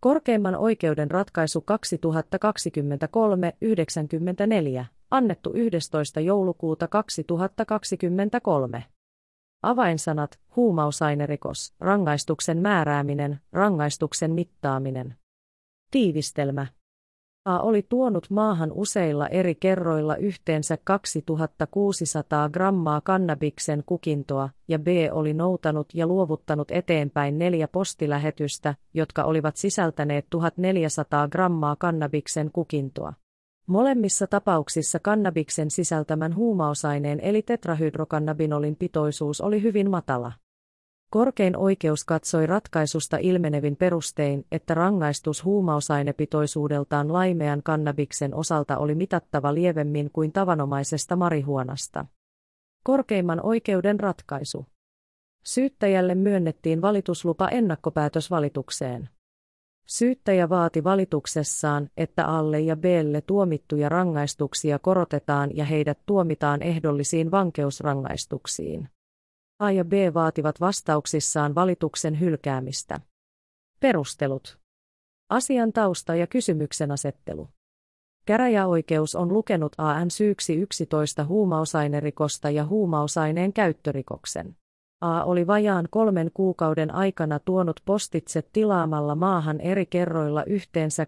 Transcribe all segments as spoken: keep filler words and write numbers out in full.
Korkeimman oikeuden ratkaisu kaksituhattakaksikymmentäkolme yhdeksänkymmentäneljä, annettu yhdestoista joulukuuta kaksituhattakaksikymmentäkolme. Avainsanat: huumausainerikos, rangaistuksen määrääminen, rangaistuksen mittaaminen. Tiivistelmä. A oli tuonut maahan useilla eri kerroilla yhteensä kaksituhattakuusisataa grammaa kannabiksen kukintoa, ja B oli noutanut ja luovuttanut eteenpäin neljä postilähetystä, jotka olivat sisältäneet tuhatneljäsataa grammaa kannabiksen kukintoa. Molemmissa tapauksissa kannabiksen sisältämän huumausaineen eli tetrahydrokannabinolin pitoisuus oli hyvin matala. Korkein oikeus katsoi ratkaisusta ilmenevin perustein, että rangaistus huumausainepitoisuudeltaan laimean kannabiksen osalta oli mitattava lievemmin kuin tavanomaisesta marihuonasta. Korkeimman oikeuden ratkaisu. Syyttäjälle myönnettiin valituslupa ennakkopäätösvalitukseen. Syyttäjä vaati valituksessaan, että A:lle ja B:lle tuomittuja rangaistuksia korotetaan ja heidät tuomitaan ehdollisiin vankeusrangaistuksiin. A ja B vaativat vastauksissaan valituksen hylkäämistä. Perustelut. Asian tausta ja kysymyksenasettelu. Käräjäoikeus on lukenut A:n syyksi yksitoista huumausainerikosta ja huumausaineen käyttörikoksen. A oli vajaan kolmen kuukauden aikana tuonut postitse tilaamalla maahan eri kerroilla yhteensä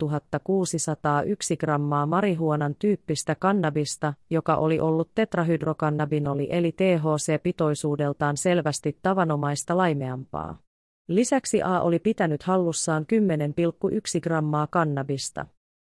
kaksituhattakuusisataayksi grammaa marihuonan tyyppistä kannabista, joka oli ollut tetrahydrokannabinoli eli T H C-pitoisuudeltaan selvästi tavanomaista laimeampaa. Lisäksi A oli pitänyt hallussaan kymmenen pilkku yksi grammaa kannabista.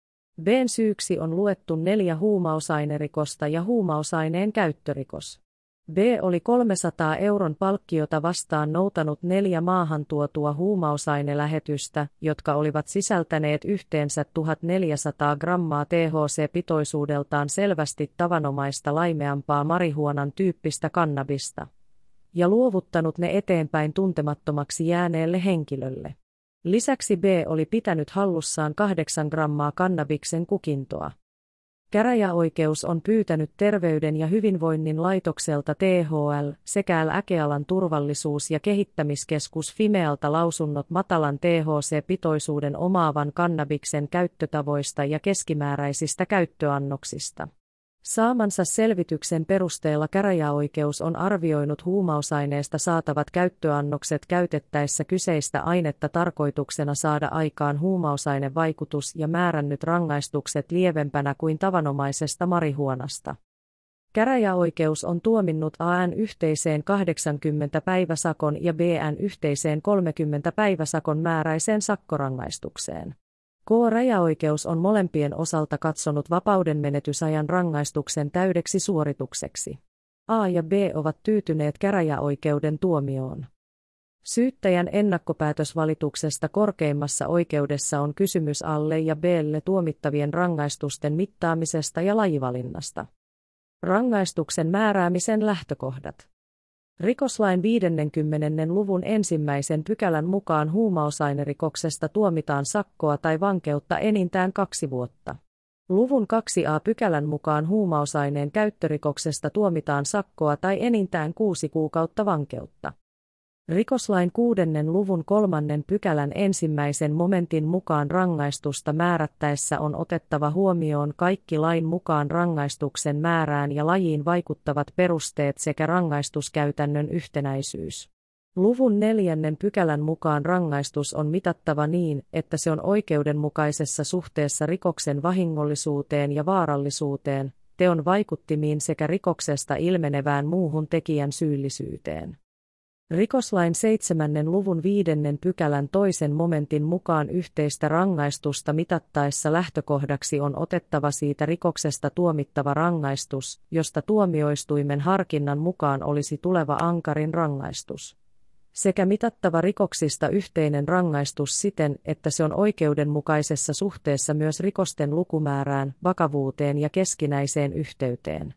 B:n syyksi on luettu neljä huumausainerikosta ja huumausaineen käyttörikos. B oli kolmensadan euron palkkiota vastaan noutanut neljä maahan tuotua huumausainelähetystä, jotka olivat sisältäneet yhteensä tuhatneljäsataa grammaa T H C-pitoisuudeltaan selvästi tavanomaista laimeampaa marihuonan tyyppistä kannabista, ja luovuttanut ne eteenpäin tuntemattomaksi jääneelle henkilölle. Lisäksi B oli pitänyt hallussaan kahdeksan grammaa kannabiksen kukintoa. Käräjäoikeus on pyytänyt Terveyden ja hyvinvoinnin laitokselta T H L sekä Lääkealan turvallisuus- ja kehittämiskeskus Fimealta lausunnot matalan T H C-pitoisuuden omaavan kannabiksen käyttötavoista ja keskimääräisistä käyttöannoksista. Saamansa selvityksen perusteella käräjäoikeus on arvioinut huumausaineesta saatavat käyttöannokset käytettäessä kyseistä ainetta tarkoituksena saada aikaan huumausainevaikutus ja määrännyt rangaistukset lievempänä kuin tavanomaisesta marihuonasta. Käräjäoikeus on tuominnut A:n yhteiseen kahdeksankymmentä päiväsakon ja B:n yhteiseen kolmekymmentä päiväsakon määräiseen sakkorangaistukseen. K-rajaoikeus on molempien osalta katsonut vapaudenmenetysajan rangaistuksen täydeksi suoritukseksi. A ja B ovat tyytyneet käräjäoikeuden tuomioon. Syyttäjän ennakkopäätösvalituksesta korkeimmassa oikeudessa on kysymys A:lle ja B:lle tuomittavien rangaistusten mittaamisesta ja lajivalinnasta. Rangaistuksen määräämisen lähtökohdat. Rikoslain viidenkymmenen luvun ensimmäisen pykälän mukaan huumausainerikoksesta tuomitaan sakkoa tai vankeutta enintään kaksi vuotta. Luvun kaksi a pykälän mukaan huumausaineen käyttörikoksesta tuomitaan sakkoa tai enintään kuusi kuukautta vankeutta. Rikoslain kuudennen luvun kolmannen pykälän ensimmäisen momentin mukaan rangaistusta määrättäessä on otettava huomioon kaikki lain mukaan rangaistuksen määrään ja lajiin vaikuttavat perusteet sekä rangaistuskäytännön yhtenäisyys. Luvun neljännen pykälän mukaan rangaistus on mitattava niin, että se on oikeudenmukaisessa suhteessa rikoksen vahingollisuuteen ja vaarallisuuteen, teon vaikuttimiin sekä rikoksesta ilmenevään muuhun tekijän syyllisyyteen. Rikoslain seitsemännen luvun viidennen pykälän toisen momentin mukaan yhteistä rangaistusta mitattaessa lähtökohdaksi on otettava siitä rikoksesta tuomittava rangaistus, josta tuomioistuimen harkinnan mukaan olisi tuleva ankarin rangaistus. Sekä mitattava rikoksista yhteinen rangaistus siten, että se on oikeudenmukaisessa suhteessa myös rikosten lukumäärään, vakavuuteen ja keskinäiseen yhteyteen.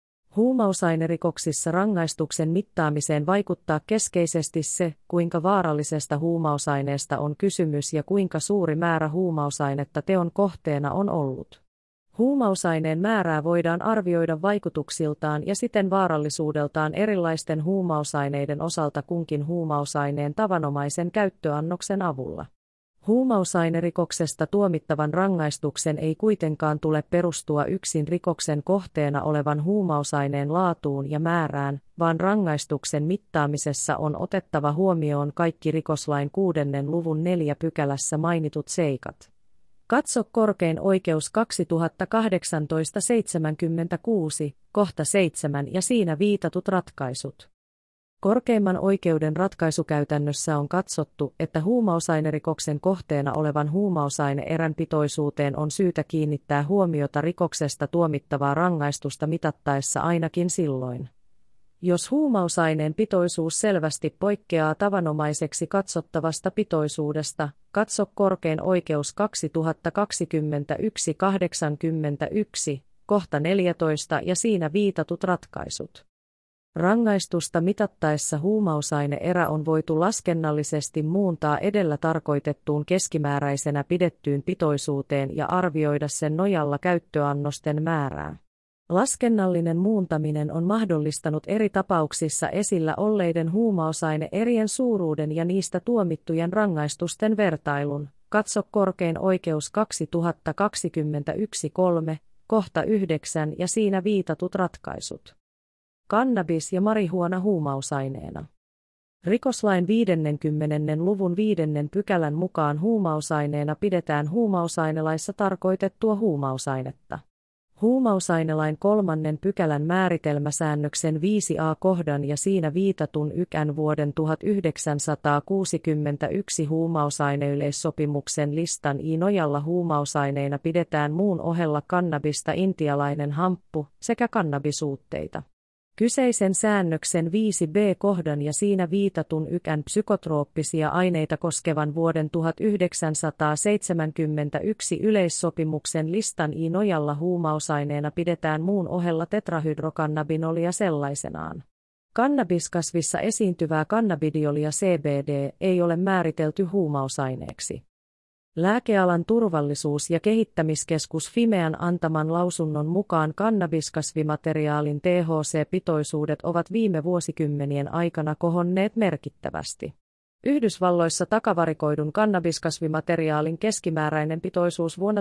Huumausainerikoksissa rangaistuksen mittaamiseen vaikuttaa keskeisesti se, kuinka vaarallisesta huumausaineesta on kysymys ja kuinka suuri määrä huumausainetta teon kohteena on ollut. Huumausaineen määrää voidaan arvioida vaikutuksiltaan ja siten vaarallisuudeltaan erilaisten huumausaineiden osalta kunkin huumausaineen tavanomaisen käyttöannoksen avulla. Huumausainerikoksesta tuomittavan rangaistuksen ei kuitenkaan tule perustua yksin rikoksen kohteena olevan huumausaineen laatuun ja määrään, vaan rangaistuksen mittaamisessa on otettava huomioon kaikki rikoslain kuudennen luvun neljä pykälässä mainitut seikat. Katso korkein oikeus kaksituhattakahdeksantoista seitsemänkymmentäkuusi, kohta seitsemän ja siinä viitatut ratkaisut. Korkeimman oikeuden ratkaisukäytännössä on katsottu, että huumausainerikoksen kohteena olevan huumausaine-erän pitoisuuteen on syytä kiinnittää huomiota rikoksesta tuomittavaa rangaistusta mitattaessa ainakin silloin, jos huumausaineen pitoisuus selvästi poikkeaa tavanomaiseksi katsottavasta pitoisuudesta. Katso korkein oikeus kaksituhattakaksikymmentäyksi kahdeksankymmentäyksi, kohta neljätoista ja siinä viitatut ratkaisut. Rangaistusta mitattaessa huumausaine-erä on voitu laskennallisesti muuntaa edellä tarkoitettuun keskimääräisenä pidettyyn pitoisuuteen ja arvioida sen nojalla käyttöannosten määrää. Laskennallinen muuntaminen on mahdollistanut eri tapauksissa esillä olleiden huumausaine-erien suuruuden ja niistä tuomittujen rangaistusten vertailun. Katso korkein oikeus kaksituhattakaksikymmentäyksi kolme, kohta yhdeksän ja siinä viitatut ratkaisut. Kannabis ja marihuona huumausaineena. Rikoslain viidenkymmenen luvun viidennen pykälän mukaan huumausaineena pidetään huumausainelaissa tarkoitettua huumausainetta. Huumausainelain kolmannen pykälän määritelmäsäännöksen viisi a kohdan ja siinä viitatun ykn vuoden tuhatyhdeksänsataakuusikymmentäyksi huumausaineyleissopimuksen listan I nojalla huumausaineina pidetään muun ohella kannabista, intialainen hamppu sekä kannabisuutteita. Kyseisen säännöksen viisi b kohdan ja siinä viitatun ykn psykotrooppisia aineita koskevan vuoden tuhatyhdeksänsataaseitsemänkymmentäyksi yleissopimuksen listan I nojalla huumausaineena pidetään muun ohella tetrahydrokannabinolia sellaisenaan. Kannabiskasvissa esiintyvää kannabidiolia C B D ei ole määritelty huumausaineeksi. Lääkealan turvallisuus- ja kehittämiskeskus Fimean antaman lausunnon mukaan kannabiskasvimateriaalin T H C-pitoisuudet ovat viime vuosikymmenien aikana kohonneet merkittävästi. Yhdysvalloissa takavarikoidun kannabiskasvimateriaalin keskimääräinen pitoisuus vuonna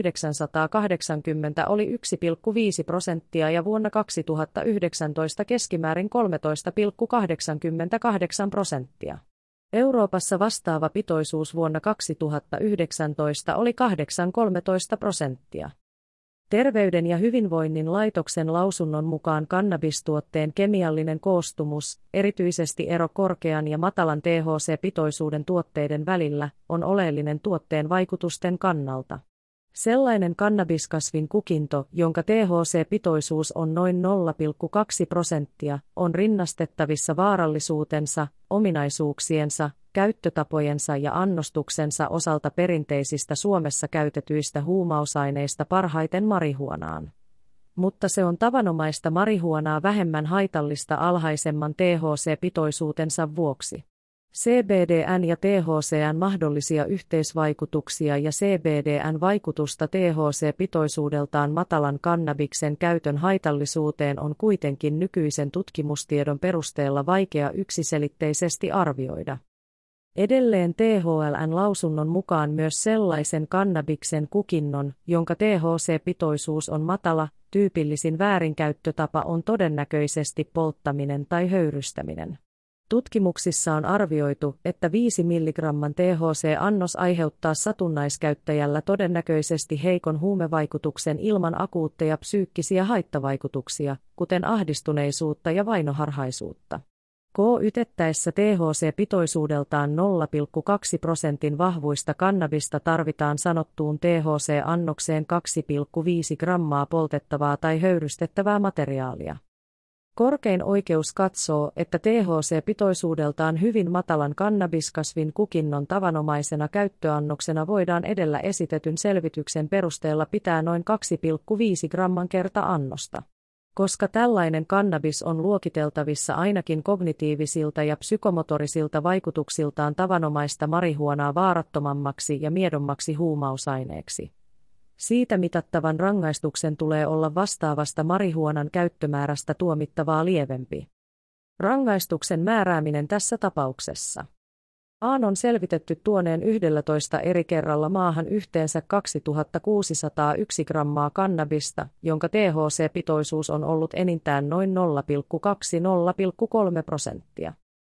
tuhatyhdeksänsataakahdeksankymmentä oli yksi pilkku viisi prosenttia ja vuonna kaksituhattayhdeksäntoista keskimäärin kolmetoista pilkku kahdeksankymmentäkahdeksan prosenttia. Euroopassa vastaava pitoisuus vuonna kaksituhattayhdeksäntoista oli kahdeksan pilkku kolmetoista prosenttia. Terveyden ja hyvinvoinnin laitoksen lausunnon mukaan kannabistuotteen kemiallinen koostumus, erityisesti ero korkean ja matalan T H C-pitoisuuden tuotteiden välillä, on oleellinen tuotteen vaikutusten kannalta. Sellainen kannabiskasvin kukinto, jonka T H C-pitoisuus on noin nolla pilkku kaksi prosenttia, on rinnastettavissa vaarallisuutensa, ominaisuuksiensa, käyttötapojensa ja annostuksensa osalta perinteisistä Suomessa käytetyistä huumausaineista parhaiten marihuonaan. Mutta se on tavanomaista marihuonaa vähemmän haitallista alhaisemman T H C-pitoisuutensa vuoksi. C B D N ja T H C:n mahdollisia yhteisvaikutuksia ja C B D N vaikutusta T H C-pitoisuudeltaan matalan kannabiksen käytön haitallisuuteen on kuitenkin nykyisen tutkimustiedon perusteella vaikea yksiselitteisesti arvioida. Edelleen T H L:n lausunnon mukaan myös sellaisen kannabiksen kukinnon, jonka T H C-pitoisuus on matala, tyypillisin väärinkäyttötapa on todennäköisesti polttaminen tai höyrystäminen. Tutkimuksissa on arvioitu, että viisi milligramman T H C-annos aiheuttaa satunnaiskäyttäjällä todennäköisesti heikon huumevaikutuksen ilman akuutteja psyykkisiä haittavaikutuksia, kuten ahdistuneisuutta ja vainoharhaisuutta. K-ytettäessä T H C-pitoisuudeltaan nolla pilkku kaksi prosentin vahvuista kannabista tarvitaan sanottuun T H C-annokseen kaksi pilkku viisi grammaa poltettavaa tai höyrystettävää materiaalia. Korkein oikeus katsoo, että T H C-pitoisuudeltaan hyvin matalan kannabiskasvin kukinnon tavanomaisena käyttöannoksena voidaan edellä esitetyn selvityksen perusteella pitää noin kaksi pilkku viisi gramman kerta annosta. Koska tällainen kannabis on luokiteltavissa ainakin kognitiivisilta ja psykomotorisilta vaikutuksiltaan tavanomaista marihuonaa vaarattomammaksi ja miedommaksi huumausaineeksi. Siitä mitattavan rangaistuksen tulee olla vastaavasta marihuonan käyttömäärästä tuomittavaa lievempi. Rangaistuksen määrääminen tässä tapauksessa. A:n on selvitetty tuoneen yhdellätoista eri kerralla maahan yhteensä kaksituhattakuusisataayksi grammaa kannabista, jonka T H C-pitoisuus on ollut enintään noin nolla pilkku kaksi - nolla pilkku kolme prosenttia.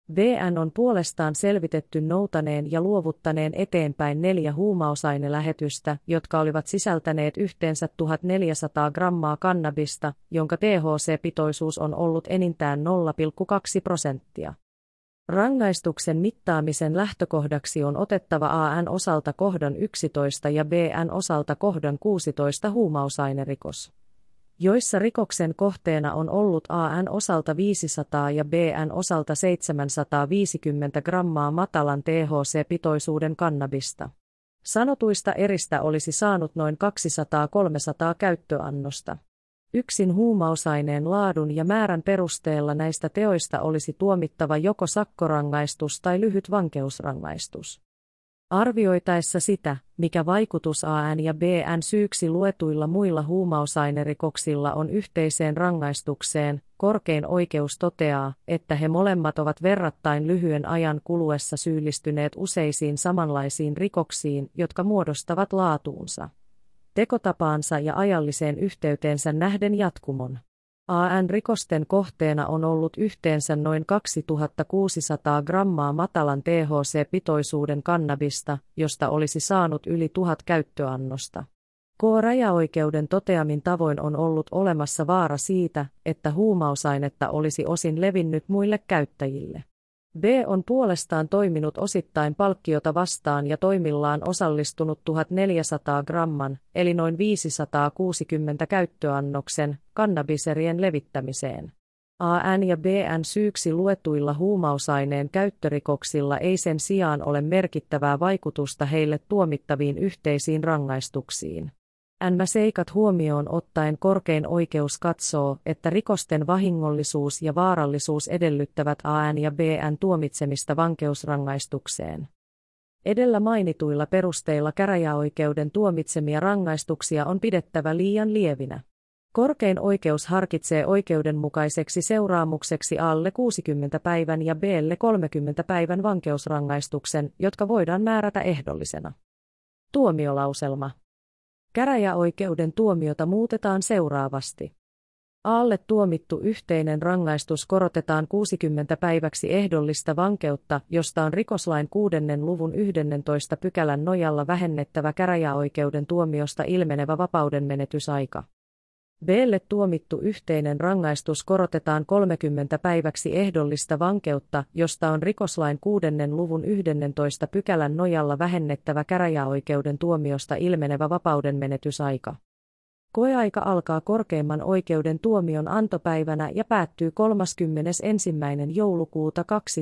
B:n on puolestaan selvitetty noutaneen ja luovuttaneen eteenpäin neljä huumausainelähetystä, jotka olivat sisältäneet yhteensä tuhatneljäsataa grammaa kannabista, jonka T H C-pitoisuus on ollut enintään nolla pilkku kaksi prosenttia. Rangaistuksen mittaamisen lähtökohdaksi on otettava A:n osalta kohdan yksitoista ja B:n osalta kohdan kuusitoista huumausainerikos, joissa rikoksen kohteena on ollut A:n osalta viisisataa ja B:n osalta seitsemänsataaviisikymmentä grammaa matalan T H C-pitoisuuden kannabista. Sanotuista eristä olisi saanut noin kaksisataa kolmesataa käyttöannosta. Yksin huumausaineen laadun ja määrän perusteella näistä teoista olisi tuomittava joko sakkorangaistus tai lyhyt vankeusrangaistus. Arvioitaessa sitä, mikä vaikutus A:n ja B:n syyksi luetuilla muilla huumausainerikoksilla on yhteiseen rangaistukseen, korkein oikeus toteaa, että he molemmat ovat verrattain lyhyen ajan kuluessa syyllistyneet useisiin samanlaisiin rikoksiin, jotka muodostavat laatuunsa, tekotapaansa ja ajalliseen yhteyteensä nähden jatkumon. A:n rikosten kohteena on ollut yhteensä noin kaksituhattakuusisataa grammaa matalan T H C-pitoisuuden kannabista, josta olisi saanut yli tuhat käyttöannosta. K-rajaoikeuden toteamin tavoin on ollut olemassa vaara siitä, että huumausainetta olisi osin levinnyt muille käyttäjille. B on puolestaan toiminut osittain palkkiota vastaan ja toimillaan osallistunut tuhatneljäsataa gramman, eli noin viisisataakuusikymmentä käyttöannoksen, kannabiserien levittämiseen. A:n ja B:n syyksi luetuilla huumausaineen käyttörikoksilla ei sen sijaan ole merkittävää vaikutusta heille tuomittaviin yhteisiin rangaistuksiin. Nämä seikat huomioon ottaen korkein oikeus katsoo, että rikosten vahingollisuus ja vaarallisuus edellyttävät A:n ja B:n tuomitsemista vankeusrangaistukseen. Edellä mainituilla perusteilla käräjäoikeuden tuomitsemia rangaistuksia on pidettävä liian lievinä. Korkein oikeus harkitsee oikeudenmukaiseksi seuraamukseksi A:lle kuusikymmentä päivän ja B:lle kolmekymmentä päivän vankeusrangaistuksen, jotka voidaan määrätä ehdollisena. Tuomiolauselma. Käräjäoikeuden tuomiota muutetaan seuraavasti. A:lle tuomittu yhteinen rangaistus korotetaan kuusikymmentä päiväksi ehdollista vankeutta, josta on rikoslain kuudennen luvun yhdennentoista pykälän nojalla vähennettävä käräjäoikeuden tuomiosta ilmenevä vapaudenmenetysaika. B:lle tuomittu yhteinen rangaistus korotetaan kolmekymmentä päiväksi ehdollista vankeutta, josta on rikoslain kuudennen luvun yhdennentoista pykälän nojalla vähennettävä käräjäoikeuden tuomiosta ilmenevä vapaudenmenetysaika. Koeaika alkaa korkeimman oikeuden tuomion antopäivänä ja päättyy kolmaskymmenesensimmäinen joulukuuta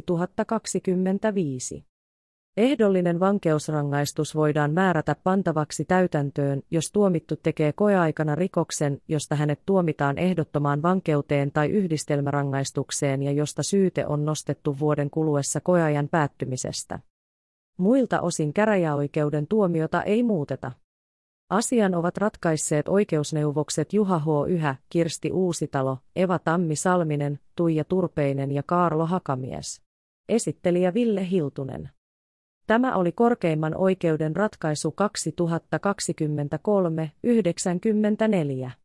kaksituhattakaksikymmentäviisi. Ehdollinen vankeusrangaistus voidaan määrätä pantavaksi täytäntöön, jos tuomittu tekee koeaikana rikoksen, josta hänet tuomitaan ehdottomaan vankeuteen tai yhdistelmärangaistukseen ja josta syyte on nostettu vuoden kuluessa koeajan päättymisestä. Muilta osin käräjäoikeuden tuomiota ei muuteta. Asian ovat ratkaisseet oikeusneuvokset Juha H. Yhä, Kirsti Uusitalo, Eva Tammi-Salminen, Tuija Turpeinen ja Kaarlo Hakamies. Esittelijä Ville Hiltunen. Tämä oli korkeimman oikeuden ratkaisu kaksituhattakaksikymmentäkolme yhdeksänkymmentäneljä.